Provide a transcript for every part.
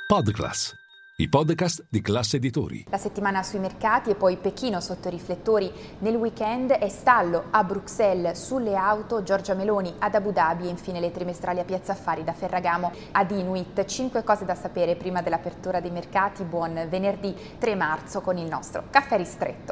Podclass, i podcast di Class Editori. La settimana sui mercati e poi Pechino sotto i riflettori nel weekend e stallo a Bruxelles sulle auto, Giorgia Meloni ad Abu Dhabi e infine le trimestrali a Piazza Affari da Ferragamo ad Inuit. 5 cose da sapere prima dell'apertura dei mercati. Buon venerdì 3 marzo con il nostro caffè ristretto.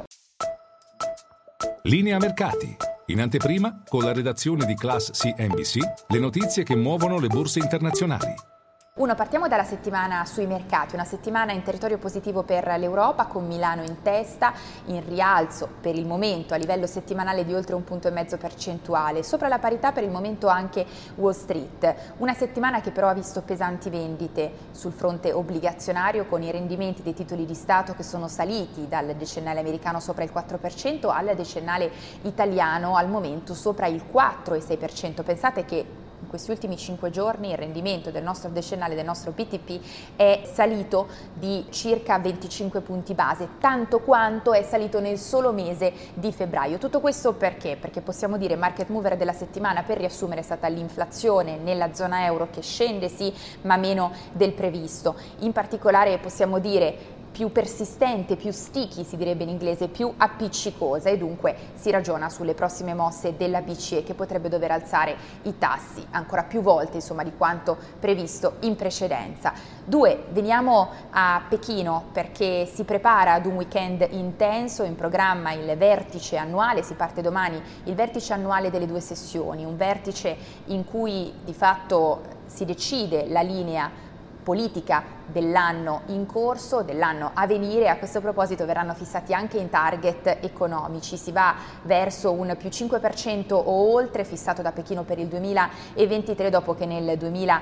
Linea mercati. In anteprima, con la redazione di Class CNBC, le notizie che muovono le borse internazionali. Partiamo dalla settimana sui mercati, una settimana in territorio positivo per l'Europa con Milano in testa, in rialzo per il momento a livello settimanale di oltre 1,5 punti percentuali, sopra la parità per il momento anche Wall Street, una settimana che però ha visto pesanti vendite sul fronte obbligazionario con i rendimenti dei titoli di Stato che sono saliti dal decennale americano sopra il 4% al decennale italiano al momento sopra il 4,6%. Pensate che in questi ultimi 5 giorni il rendimento del nostro decennale, del nostro BTP, è salito di circa 25 punti base, tanto quanto è salito nel solo mese di febbraio. Tutto questo perché? Perché possiamo dire market mover della settimana, per riassumere, è stata l'inflazione nella zona euro che scende sì, ma meno del previsto. In particolare possiamo dire più persistente, più sticky si direbbe in inglese, più appiccicosa e dunque si ragiona sulle prossime mosse della BCE che potrebbe dover alzare i tassi ancora più volte di quanto previsto in precedenza. 2, veniamo a Pechino perché si prepara ad un weekend intenso, in programma il vertice annuale, si parte domani il vertice annuale delle 2 sessioni, un vertice in cui di fatto si decide la linea politica dell'anno in corso, dell'anno a venire. A questo proposito verranno fissati anche in target economici, si va verso un più 5% o oltre fissato da Pechino per il 2023 dopo che nel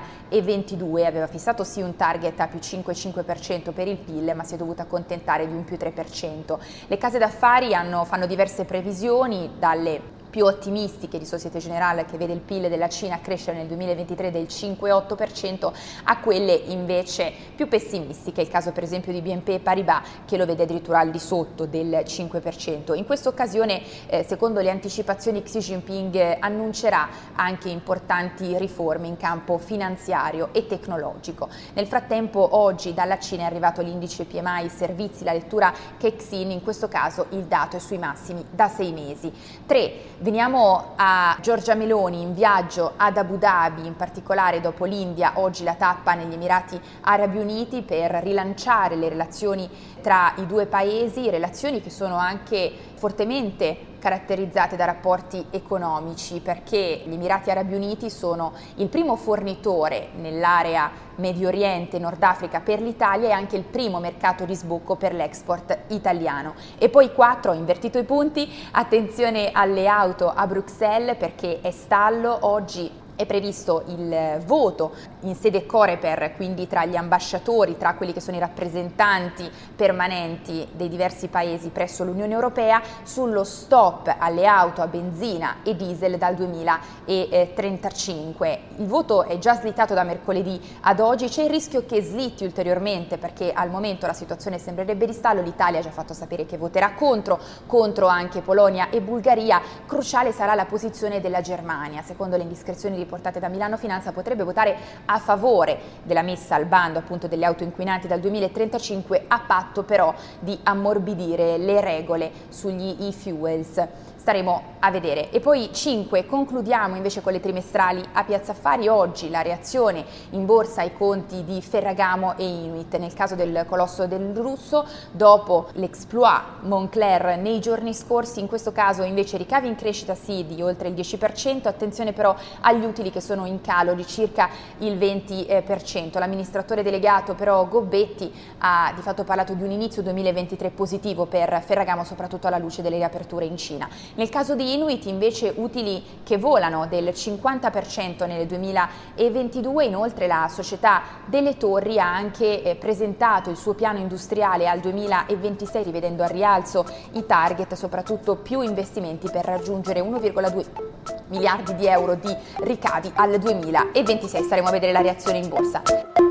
2022 aveva fissato sì un target a più 5,5% per il PIL ma si è dovuta accontentare di un più 3%. Le case d'affari fanno diverse previsioni, dalle più ottimistiche di Société Générale che vede il PIL della Cina crescere nel 2023 del 5,8% a quelle invece più pessimistiche, il caso per esempio di BNP Paribas che lo vede addirittura al di sotto del 5%. In questa occasione, secondo le anticipazioni, Xi Jinping annuncerà anche importanti riforme in campo finanziario e tecnologico. Nel frattempo oggi dalla Cina è arrivato l'indice PMI servizi, la lettura Kexin, in questo caso il dato è sui massimi da 6 mesi. 3. Veniamo a Giorgia Meloni in viaggio ad Abu Dhabi, in particolare dopo l'India, oggi la tappa negli Emirati Arabi Uniti per rilanciare le relazioni tra i due paesi, relazioni che sono anche fortemente caratterizzate da rapporti economici perché gli Emirati Arabi Uniti sono il primo fornitore nell'area Medio Oriente e Nord Africa per l'Italia e anche il primo mercato di sbocco per l'export italiano. E poi 4, ho invertito i punti, attenzione alle auto a Bruxelles perché è stallo oggi. È previsto il voto in sede Coreper, quindi tra gli ambasciatori, tra quelli che sono i rappresentanti permanenti dei diversi paesi presso l'Unione Europea, sullo stop alle auto a benzina e diesel dal 2035. Il voto è già slittato da mercoledì ad oggi, c'è il rischio che slitti ulteriormente perché al momento la situazione sembrerebbe di stallo, l'Italia ha già fatto sapere che voterà contro anche Polonia e Bulgaria, cruciale sarà la posizione della Germania, secondo le indiscrezioni riportate da Milano Finanza potrebbe votare a favore della messa al bando appunto delle auto inquinanti dal 2035 a patto però di ammorbidire le regole sugli e-fuels. Staremo a vedere. E poi 5, concludiamo invece con le trimestrali a Piazza Affari. Oggi la reazione in borsa ai conti di Ferragamo e Inuit, nel caso del colosso del russo, dopo l'exploit Moncler nei giorni scorsi, in questo caso invece ricavi in crescita sì di oltre il 10%, attenzione però agli utili che sono in calo di circa il 20%. L'amministratore delegato però Gobbetti ha di fatto parlato di un inizio 2023 positivo per Ferragamo, soprattutto alla luce delle riaperture in Cina. Nel caso di Inuit invece utili che volano del 50% nel 2022, inoltre la società delle torri ha anche presentato il suo piano industriale al 2026 rivedendo al rialzo i target, soprattutto più investimenti per raggiungere 1,2 miliardi di euro di ricavi al 2026. Staremo a vedere la reazione in borsa.